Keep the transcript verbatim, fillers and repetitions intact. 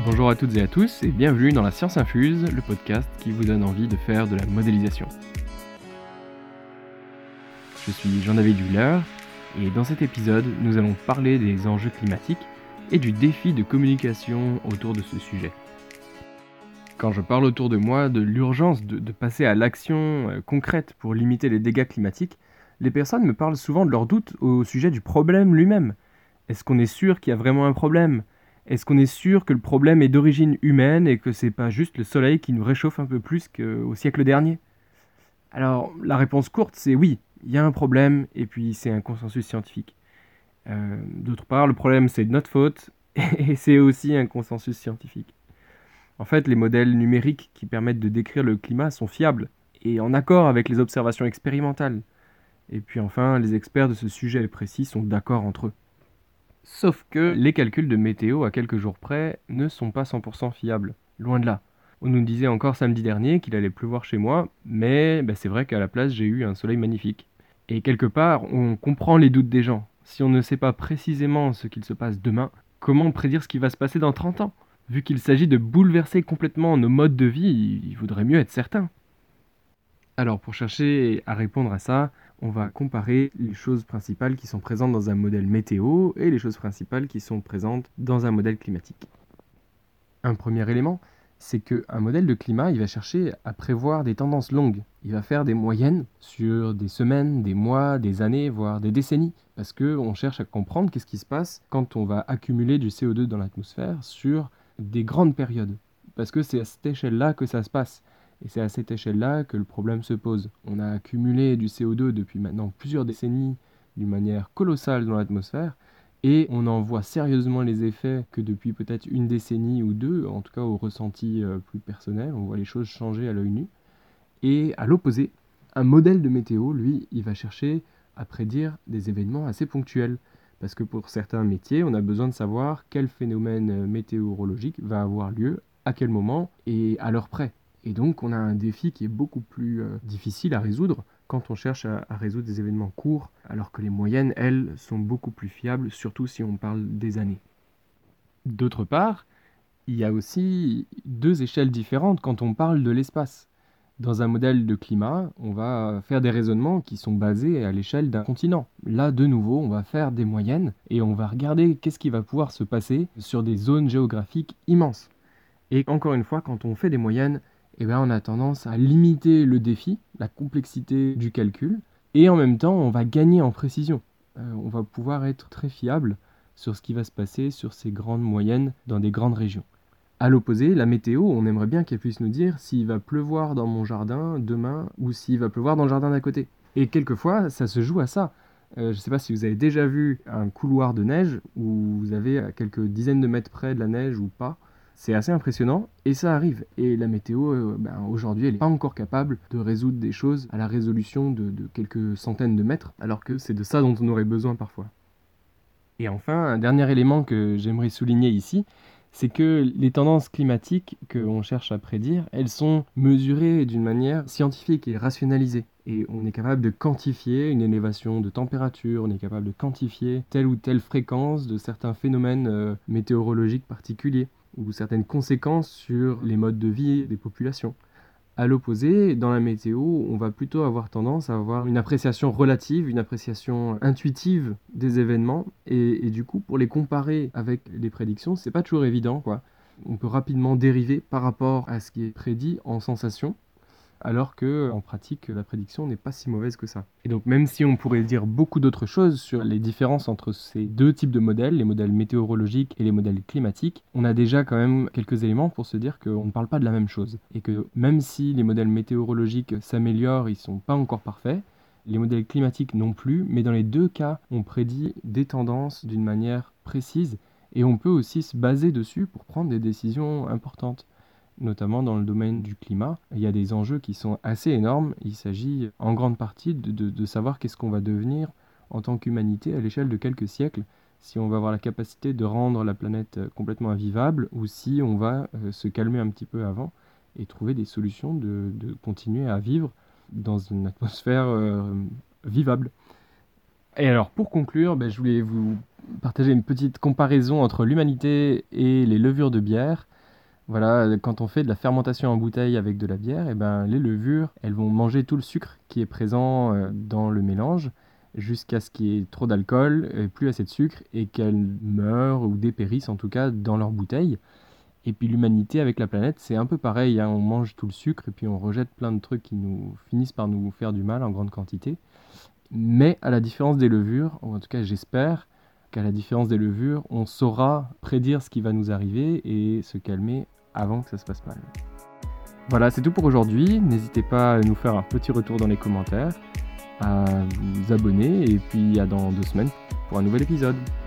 Bonjour à toutes et à tous et bienvenue dans la Science Infuse, le podcast qui vous donne envie de faire de la modélisation. Je suis Jean-David Willer et dans cet épisode, nous allons parler des enjeux climatiques et du défi de communication autour de ce sujet. Quand je parle autour de moi de l'urgence de, de passer à l'action euh, concrète pour limiter les dégâts climatiques, les personnes me parlent souvent de leurs doutes au sujet du problème lui-même. Est-ce qu'on est sûr qu'il y a vraiment un problème ? Est-ce qu'on est sûr que le problème est d'origine humaine et que c'est pas juste le soleil qui nous réchauffe un peu plus qu'au siècle dernier ? Alors, la réponse courte, c'est oui, il y a un problème, et puis c'est un consensus scientifique. Euh, d'autre part, le problème, c'est de notre faute, et c'est aussi un consensus scientifique. En fait, les modèles numériques qui permettent de décrire le climat sont fiables, et en accord avec les observations expérimentales. Et puis enfin, les experts de ce sujet précis sont d'accord entre eux. Sauf que les calculs de météo à quelques jours près ne sont pas cent pour cent fiables, loin de là. On nous disait encore samedi dernier qu'il allait pleuvoir chez moi, mais bah, c'est vrai qu'à la place j'ai eu un soleil magnifique. Et quelque part, on comprend les doutes des gens. Si on ne sait pas précisément ce qu'il se passe demain, comment prédire ce qui va se passer dans trente ans ? Vu qu'il s'agit de bouleverser complètement nos modes de vie, il vaudrait mieux être certain. Alors pour chercher à répondre à ça, on va comparer les choses principales qui sont présentes dans un modèle météo et les choses principales qui sont présentes dans un modèle climatique. Un premier élément, c'est qu'un modèle de climat, il va chercher à prévoir des tendances longues. Il va faire des moyennes sur des semaines, des mois, des années, voire des décennies. Parce qu'on cherche à comprendre qu'est-ce qui se passe quand on va accumuler du C O deux dans l'atmosphère sur des grandes périodes. Parce que c'est à cette échelle-là que ça se passe. Et c'est à cette échelle-là que le problème se pose. On a accumulé du C O deux depuis maintenant plusieurs décennies d'une manière colossale dans l'atmosphère, et on en voit sérieusement les effets que depuis peut-être une décennie ou deux, en tout cas au ressenti euh, plus personnel, on voit les choses changer à l'œil nu. Et à l'opposé, un modèle de météo, lui, il va chercher à prédire des événements assez ponctuels. Parce que pour certains métiers, on a besoin de savoir quel phénomène météorologique va avoir lieu, à quel moment et à l'heure près. Et donc, on a un défi qui est beaucoup plus euh, difficile à résoudre quand on cherche à, à résoudre des événements courts, alors que les moyennes, elles, sont beaucoup plus fiables, surtout si on parle des années. D'autre part, il y a aussi deux échelles différentes quand on parle de l'espace. Dans un modèle de climat, on va faire des raisonnements qui sont basés à l'échelle d'un continent. Là, de nouveau, on va faire des moyennes et on va regarder qu'est-ce qui va pouvoir se passer sur des zones géographiques immenses. Et encore une fois, quand on fait des moyennes, eh bien, on a tendance à limiter le défi, la complexité du calcul, et en même temps, on va gagner en précision. Euh, on va pouvoir être très fiable sur ce qui va se passer sur ces grandes moyennes dans des grandes régions. À l'opposé, la météo, on aimerait bien qu'elle puisse nous dire s'il va pleuvoir dans mon jardin demain ou s'il va pleuvoir dans le jardin d'à côté. Et quelquefois, ça se joue à ça. Euh, je ne sais pas si vous avez déjà vu un couloir de neige où vous avez à quelques dizaines de mètres près de la neige ou pas. C'est assez impressionnant et ça arrive. Et la météo, euh, ben, aujourd'hui, elle n'est pas encore capable de résoudre des choses à la résolution de, de quelques centaines de mètres, alors que c'est de ça dont on aurait besoin parfois. Et enfin, un dernier élément que j'aimerais souligner ici, c'est que les tendances climatiques qu'on cherche à prédire, elles sont mesurées d'une manière scientifique et rationalisée. Et on est capable de quantifier une élévation de température, on est capable de quantifier telle ou telle fréquence de certains phénomènes euh, météorologiques particuliers, ou certaines conséquences sur les modes de vie des populations. À l'opposé, dans la météo, on va plutôt avoir tendance à avoir une appréciation relative, une appréciation intuitive des événements, et, et du coup, pour les comparer avec les prédictions, c'est pas toujours évident, quoi. On peut rapidement dériver par rapport à ce qui est prédit en sensation, alors que en pratique, la prédiction n'est pas si mauvaise que ça. Et donc même si on pourrait dire beaucoup d'autres choses sur les différences entre ces deux types de modèles, les modèles météorologiques et les modèles climatiques, on a déjà quand même quelques éléments pour se dire qu'on ne parle pas de la même chose. Et que même si les modèles météorologiques s'améliorent, ils ne sont pas encore parfaits, les modèles climatiques non plus, mais dans les deux cas, on prédit des tendances d'une manière précise et on peut aussi se baser dessus pour prendre des décisions importantes. Notamment dans le domaine du climat, il y a des enjeux qui sont assez énormes. Il s'agit en grande partie de, de, de savoir qu'est-ce qu'on va devenir en tant qu'humanité à l'échelle de quelques siècles, si on va avoir la capacité de rendre la planète complètement invivable ou si on va euh, se calmer un petit peu avant et trouver des solutions de, de continuer à vivre dans une atmosphère euh, vivable. Et alors pour conclure, ben, je voulais vous partager une petite comparaison entre l'humanité et les levures de bière. Voilà, quand on fait de la fermentation en bouteille avec de la bière, eh ben, les levures, elles vont manger tout le sucre qui est présent euh, dans le mélange jusqu'à ce qu'il y ait trop d'alcool, et plus assez de sucre, et qu'elles meurent ou dépérissent en tout cas dans leur bouteille. Et puis l'humanité avec la planète, c'est un peu pareil, hein, on mange tout le sucre et puis on rejette plein de trucs qui nous finissent par nous faire du mal en grande quantité. Mais à la différence des levures, ou en tout cas j'espère qu'à la différence des levures, on saura prédire ce qui va nous arriver et se calmer avant que ça se passe mal. Voilà, c'est tout pour aujourd'hui. N'hésitez pas à nous faire un petit retour dans les commentaires, à vous abonner et puis à dans deux semaines pour un nouvel épisode.